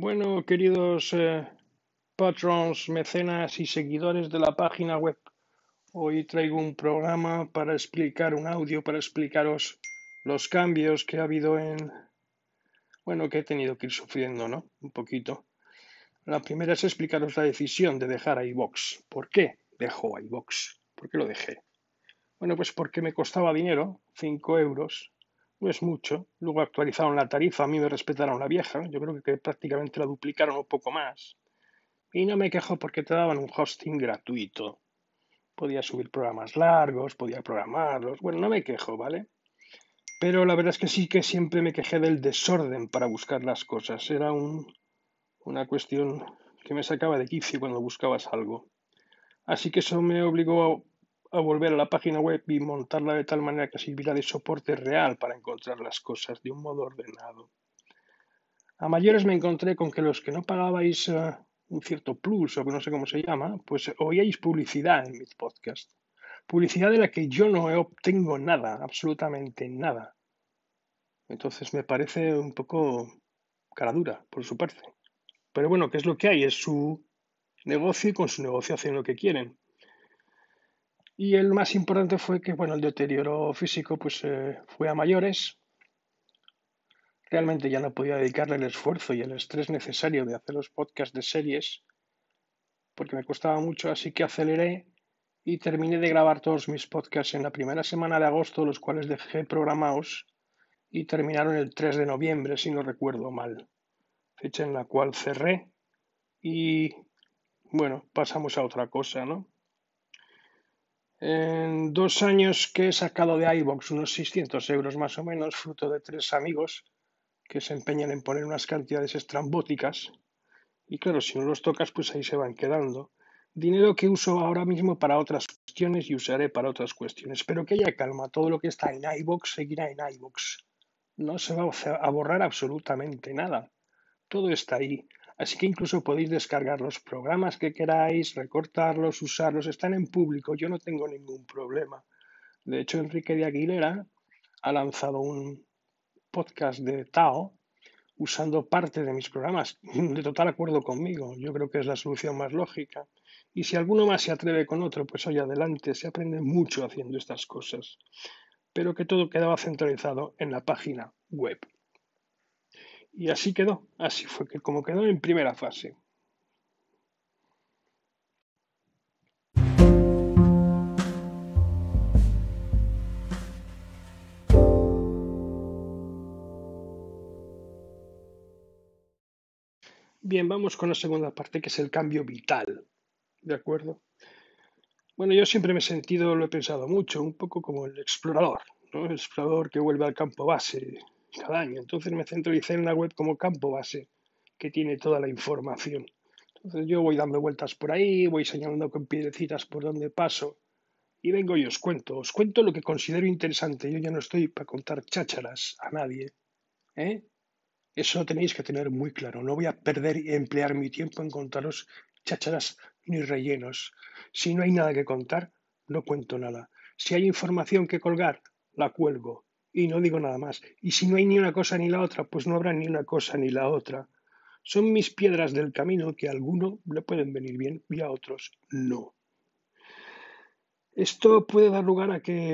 Bueno, queridos patrons, mecenas y seguidores de la página web, hoy traigo un programa para explicar, un audio para explicaros los cambios que ha habido que he tenido que ir sufriendo, ¿no? Un poquito. La primera es explicaros la decisión de dejar a iVoox. ¿Por qué dejó a iVoox? ¿Por qué lo dejé? Bueno, pues porque me costaba dinero, 5 euros, no es mucho. Luego actualizaron la tarifa, a mí me respetaron la vieja, yo creo que prácticamente la duplicaron un poco más. Y no me quejo porque te daban un hosting gratuito. Podía subir programas largos, podía programarlos. Bueno, no me quejo, ¿vale? Pero la verdad es que sí que siempre me quejé del desorden para buscar las cosas. Era una cuestión que me sacaba de quicio cuando buscabas algo. Así que eso me obligó a volver a la página web y montarla de tal manera que sirviera de soporte real para encontrar las cosas de un modo ordenado. A mayores me encontré con que los que no pagabais un cierto plus o que no sé cómo se llama, pues oíais publicidad en mis podcasts. Publicidad de la que yo no obtengo nada, absolutamente nada. Entonces me parece un poco cara dura por su parte. Pero bueno, ¿qué es lo que hay? Es su negocio y con su negocio hacen lo que quieren. Y el más importante fue que, bueno, el deterioro físico pues fue a mayores. Realmente ya no podía dedicarle el esfuerzo y el estrés necesario de hacer los podcasts de series porque me costaba mucho, así que aceleré y terminé de grabar todos mis podcasts en la primera semana de agosto, los cuales dejé programados y terminaron el 3 de noviembre, si no recuerdo mal, fecha en la cual cerré y bueno, pasamos a otra cosa, ¿no? En 2 años que he sacado de iVoox unos 600 euros más o menos, fruto de 3 amigos que se empeñan en poner unas cantidades estrambóticas. Y claro, si no los tocas, pues ahí se van quedando. Dinero que uso ahora mismo para otras cuestiones y usaré para otras cuestiones. Pero que haya calma, todo lo que está en iVoox seguirá en iVoox. No se va a borrar absolutamente nada. Todo está ahí. Así que incluso podéis descargar los programas que queráis, recortarlos, usarlos. Están en público. Yo no tengo ningún problema. De hecho, Enrique de Aguilera ha lanzado un podcast de Tao usando parte de mis programas, de total acuerdo conmigo. Yo creo que es la solución más lógica. Y si alguno más se atreve con otro, pues oye, adelante, se aprende mucho haciendo estas cosas. Pero que todo quedaba centralizado en la página web. Y así quedó, así fue que como quedó en primera fase. Bien, vamos con la segunda parte, que es el cambio vital. ¿De acuerdo? Bueno, yo siempre me he sentido, lo he pensado mucho, un poco como el explorador, ¿no? El explorador que vuelve al campo base cada año. Entonces me centralicé en la web como campo base, que tiene toda la información. Entonces yo voy dando vueltas por ahí, voy señalando con piedrecitas por donde paso y vengo y os cuento lo que considero interesante. Yo ya no estoy para contar chácharas a nadie, ¿eh? Eso tenéis que tener muy claro. No voy a perder y emplear mi tiempo en contaros chácharas ni rellenos. Si no hay nada que contar, no cuento nada. Si hay información que colgar, la cuelgo y no digo nada más. Y si no hay ni una cosa ni la otra, pues no habrá ni una cosa ni la otra. Son mis piedras del camino que a alguno le pueden venir bien y a otros no. Esto puede dar lugar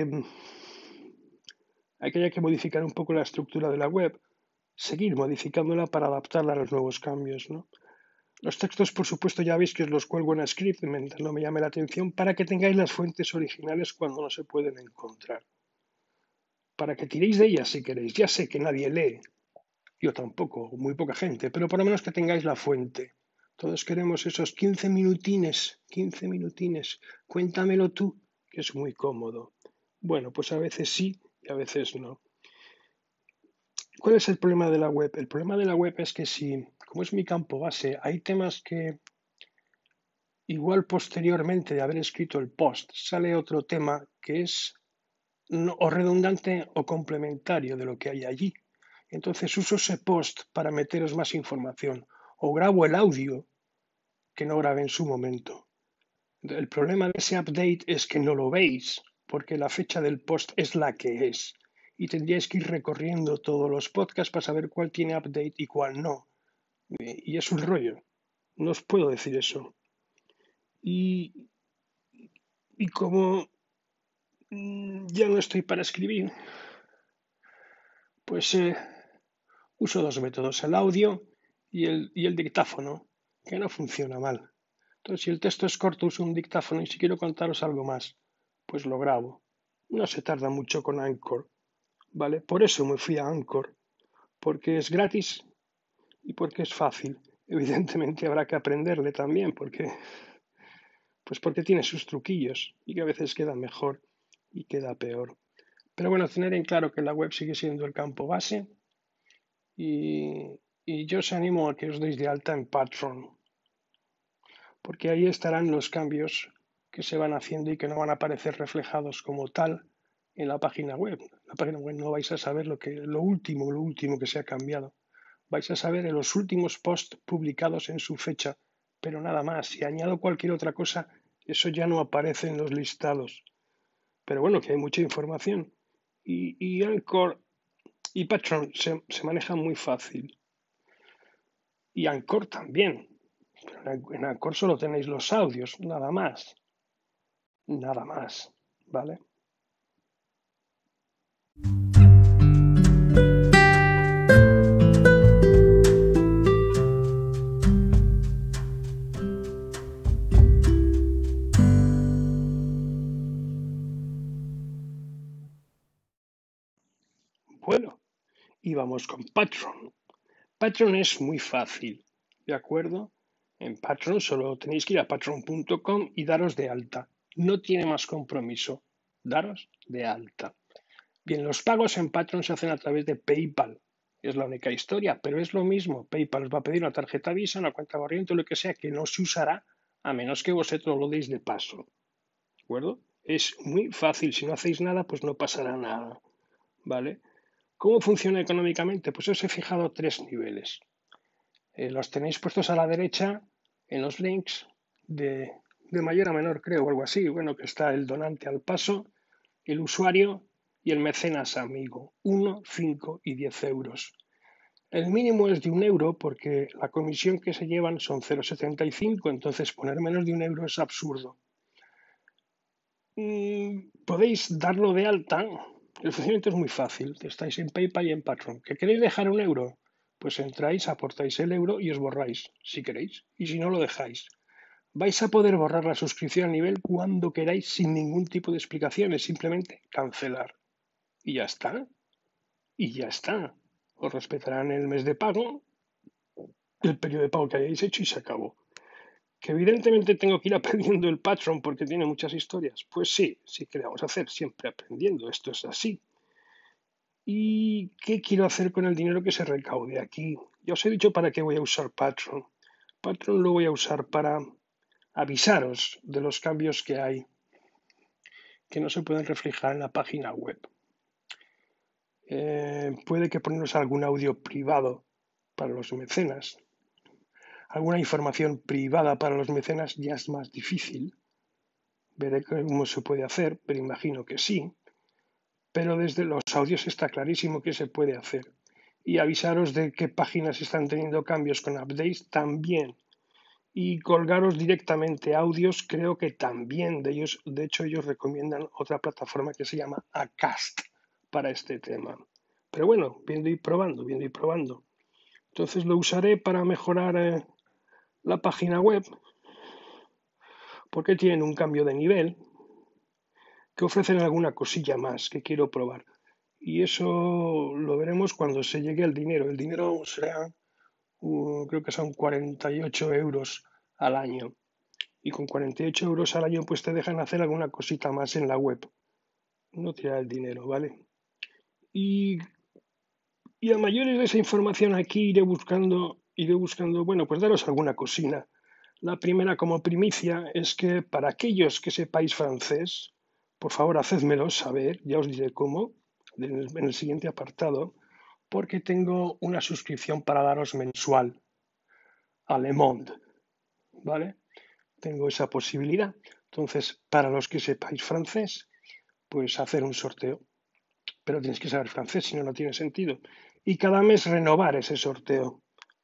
a que haya que modificar un poco la estructura de la web, seguir modificándola para adaptarla a los nuevos cambios, ¿no? Los textos, por supuesto, ya veis que os los cuelgo en script mientras no me llame la atención para que tengáis las fuentes originales cuando no se pueden encontrar. Para que tiréis de ellas si queréis. Ya sé que nadie lee, yo tampoco, muy poca gente, pero por lo menos que tengáis la fuente. Todos queremos esos 15 minutines. Cuéntamelo tú, que es muy cómodo. Bueno, pues a veces sí y a veces no. ¿Cuál es el problema de la web? El problema de la web es que si, como es mi campo base, hay temas que igual posteriormente de haber escrito el post sale otro tema que es o redundante o complementario de lo que hay allí. Entonces uso ese post para meteros más información o grabo el audio que no grabé en su momento. El problema de ese update es que no lo veis porque la fecha del post es la que es y tendríais que ir recorriendo todos los podcasts para saber cuál tiene update y cuál no. y es un rollo. No os puedo decir eso. Y, y como ya no estoy para escribir, pues uso dos métodos, el audio y el dictáfono, que no funciona mal. Entonces, si el texto es corto, uso un dictáfono y si quiero contaros algo más, pues lo grabo. No se tarda mucho con Anchor, ¿vale? Por eso me fui a Anchor, porque es gratis y porque es fácil. Evidentemente habrá que aprenderle también, porque tiene sus truquillos y que a veces queda mejor y queda peor. Pero bueno, tener en claro que la web sigue siendo el campo base y yo os animo a que os deis de alta en Patreon, porque ahí estarán los cambios que se van haciendo y que no van a aparecer reflejados como tal en la página web. En la página web no vais a saber lo último que se ha cambiado. Vais a saber en los últimos posts publicados en su fecha, pero nada más. Si añado cualquier otra cosa, eso ya no aparece en los listados. Pero bueno, que hay mucha información. Y Anchor y Patreon se manejan muy fácil. Y Anchor también. Pero en Anchor solo tenéis los audios, nada más. Nada más. ¿Vale? Bueno, y vamos con Patreon. Patreon es muy fácil, ¿de acuerdo? En Patreon solo tenéis que ir a patreon.com y daros de alta. No tiene más compromiso. Daros de alta. Bien, los pagos en Patreon se hacen a través de PayPal. Es la única historia, pero es lo mismo. PayPal os va a pedir una tarjeta Visa, una cuenta corriente, lo que sea, que no se usará a menos que vosotros lo deis de paso. ¿De acuerdo? Es muy fácil. Si no hacéis nada, pues no pasará nada. ¿Vale? ¿Cómo funciona económicamente? Pues os he fijado tres niveles. Los tenéis puestos a la derecha en los links de mayor a menor, creo, o algo así. Bueno, que está el donante al paso, el usuario y el mecenas amigo. 1, 5 y 10 euros. El mínimo es de 1 euro porque la comisión que se llevan son 0,75, entonces poner menos de 1 euro es absurdo. Podéis darlo de alta. El funcionamiento es muy fácil. Estáis en PayPal y en Patreon. ¿Que queréis dejar 1 euro? Pues entráis, aportáis el euro y os borráis, si queréis. Y si no, lo dejáis. Vais a poder borrar la suscripción a nivel cuando queráis sin ningún tipo de explicaciones. Simplemente cancelar. Y ya está. Y ya está. Os respetarán el mes de pago, el periodo de pago que hayáis hecho y se acabó. ¿Que evidentemente tengo que ir aprendiendo el Patreon porque tiene muchas historias? Pues sí, sí que le vamos a hacer, siempre aprendiendo, esto es así. ¿Y qué quiero hacer con el dinero que se recaude aquí? Ya os he dicho para qué voy a usar Patreon. Patreon lo voy a usar para avisaros de los cambios que hay que no se pueden reflejar en la página web. Puede que poneros algún audio privado para los mecenas. Alguna información privada para los mecenas ya es más difícil. Veré cómo se puede hacer, pero imagino que sí. Pero desde los audios está clarísimo que se puede hacer. Y avisaros de qué páginas están teniendo cambios con updates también. Y colgaros directamente audios, creo que también de ellos, de hecho ellos recomiendan otra plataforma que se llama Acast para este tema. Pero bueno, viendo y probando, viendo y probando. Entonces lo usaré para mejorar la página web, porque tienen un cambio de nivel, que ofrecen alguna cosilla más que quiero probar. Y eso lo veremos cuando se llegue el dinero. El dinero será, creo que son 48 euros al año. Y con 48 euros al año pues te dejan hacer alguna cosita más en la web. No tirar el dinero, ¿vale? Y, y a mayores de esa información aquí iré buscando, bueno, pues daros alguna cocina. La primera como primicia es que para aquellos que sepáis francés, por favor hacedmelo saber, ya os diré cómo, en el siguiente apartado, porque tengo una suscripción para daros mensual a Le Monde, ¿vale? Tengo esa posibilidad. Entonces, para los que sepáis francés, pues hacer un sorteo. Pero tienes que saber francés, si no, no tiene sentido. Y cada mes renovar ese sorteo.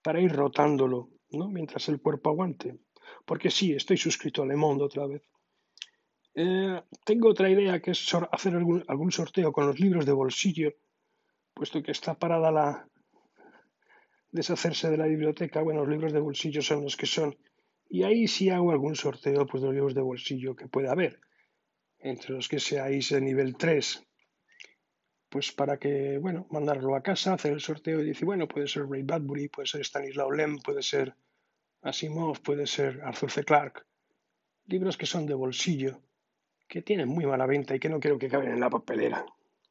para ir rotándolo, ¿no? Mientras el cuerpo aguante. Porque sí, estoy suscrito a Le Monde otra vez. Tengo otra idea que es hacer algún sorteo con los libros de bolsillo, puesto que está parada la deshacerse de la biblioteca. Bueno, los libros de bolsillo son los que son. Y ahí sí hago algún sorteo pues, de los libros de bolsillo que pueda haber, entre los que seáis de nivel 3, pues para que, bueno, mandarlo a casa, hacer el sorteo y decir, bueno, puede ser Ray Bradbury, puede ser Stanislaw Lem, puede ser Asimov, puede ser Arthur C. Clarke, libros que son de bolsillo, que tienen muy mala venta y que no quiero que caben en la papelera.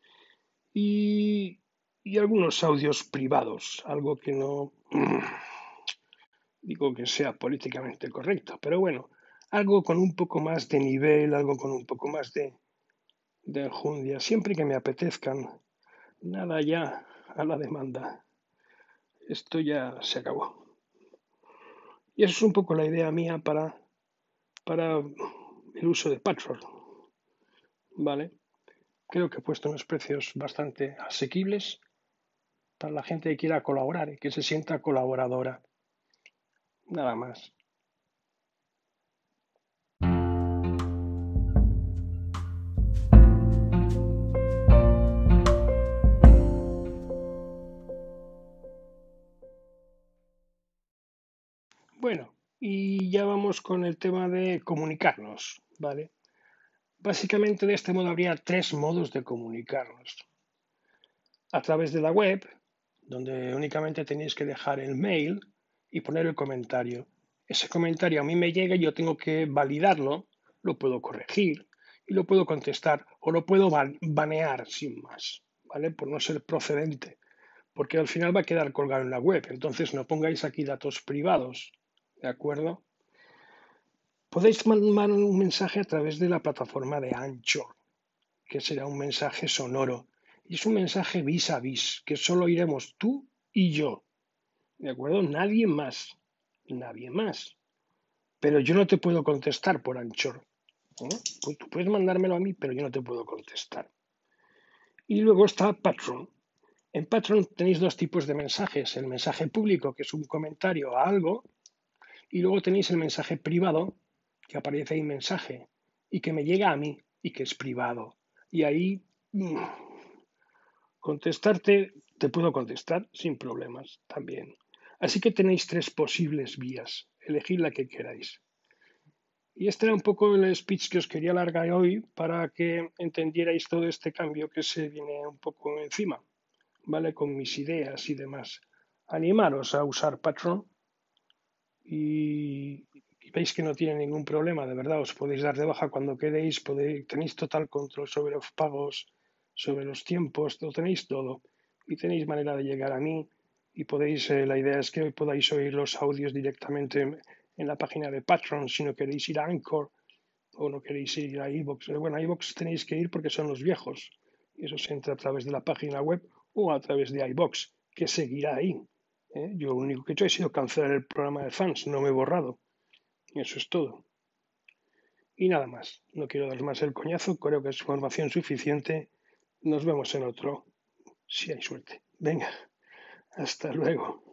Y algunos audios privados, algo que no digo que sea políticamente correcto, pero bueno, algo con un poco más de nivel, algo con un poco más de enjundia, siempre que me apetezcan, nada ya a la demanda. Esto ya se acabó. Y eso es un poco la idea mía para el uso de Patreon, ¿vale? Creo que he puesto unos precios bastante asequibles para la gente que quiera colaborar y que se sienta colaboradora. Nada más. Bueno, y ya vamos con el tema de comunicarnos, ¿vale? Básicamente de este modo habría tres modos de comunicarnos. A través de la web, donde únicamente tenéis que dejar el mail y poner el comentario. Ese comentario a mí me llega y yo tengo que validarlo, lo puedo corregir y lo puedo contestar o lo puedo banear sin más, ¿vale? Por no ser procedente, porque al final va a quedar colgado en la web. Entonces no pongáis aquí datos privados, ¿de acuerdo? Podéis mandar un mensaje a través de la plataforma de Anchor, que será un mensaje sonoro. Y es un mensaje vis a vis, que solo iremos tú y yo. ¿De acuerdo? Nadie más. Nadie más. Pero yo no te puedo contestar por Anchor. ¿Eh? Pues tú puedes mandármelo a mí, pero yo no te puedo contestar. Y luego está Patreon. En Patreon tenéis dos tipos de mensajes. El mensaje público, que es un comentario a algo, y luego tenéis el mensaje privado, que aparece ahí mensaje, y que me llega a mí, y que es privado. Y ahí contestarte, te puedo contestar sin problemas también. Así que tenéis tres posibles vías. Elegid la que queráis. Y este era un poco el speech que os quería alargar hoy para que entendierais todo este cambio que se viene un poco encima, ¿vale? Con mis ideas y demás. Animaros a usar Patreon y veis que no tiene ningún problema, de verdad, os podéis dar de baja cuando queréis, tenéis total control sobre los pagos, sobre los tiempos, lo tenéis todo y tenéis manera de llegar a mí y podéis, la idea es que podáis oír los audios directamente en la página de Patreon si no queréis ir a Anchor o no queréis ir a iVoox. Bueno, a iVoox tenéis que ir porque son los viejos y eso se entra a través de la página web o a través de iVoox, que seguirá ahí. Yo lo único que he hecho ha sido cancelar el programa de fans, no me he borrado. Y eso es todo. Y nada más. No quiero dar más el coñazo, creo que es información suficiente. Nos vemos en otro, si hay suerte. Venga, hasta luego.